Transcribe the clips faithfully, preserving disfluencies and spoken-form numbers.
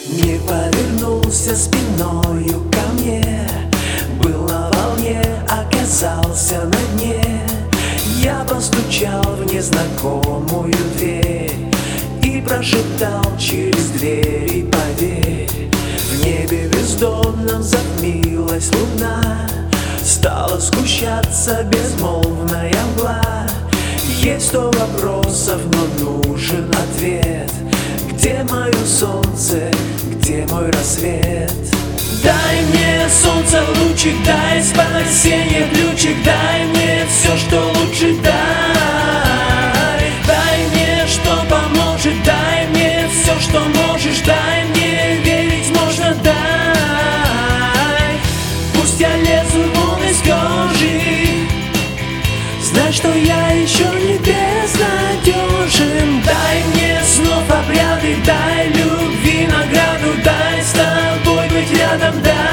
Не повернулся спиною ко мне, был на волне, оказался на дне. Я постучал в незнакомую дверь и прошептал через дверь: поверь. В небе бездонном затмилась луна, стала сгущаться безмолвная мгла. Есть сто вопросов, но нужен ответ. Где мое солнце, где мой рассвет? Дай мне, солнце, лучик, дай спасение, ключик, дай мне все, что лучше, дай. Дай мне, что поможет, дай мне все, что можешь, дай мне верить можно, дай. Пусть я лезу вон из кожи, знай, что я еще не безнадежен. Дай мне снов обряды, дай любви награду, дай с тобой быть рядом, дай.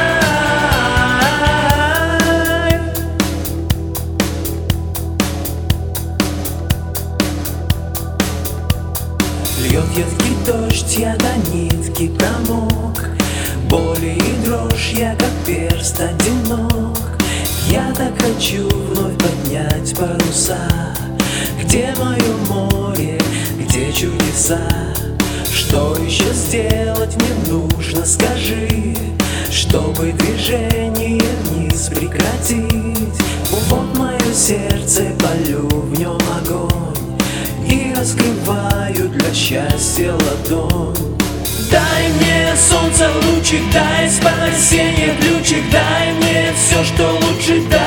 Льет едкий дождь, я до нитки промок, боли и дрожь, я как перст одинок. Я так хочу вновь поднять паруса. Где мое море, где чудеса? Что еще сделать мне нужно, скажи, чтобы движение вниз прекратить? Вот мое сердце, полю в нем огонь и раскрываю для счастья ладонь. Дай мне, солнце, лучик, дай спасение, ключик, дай мне все, что лучше, дай.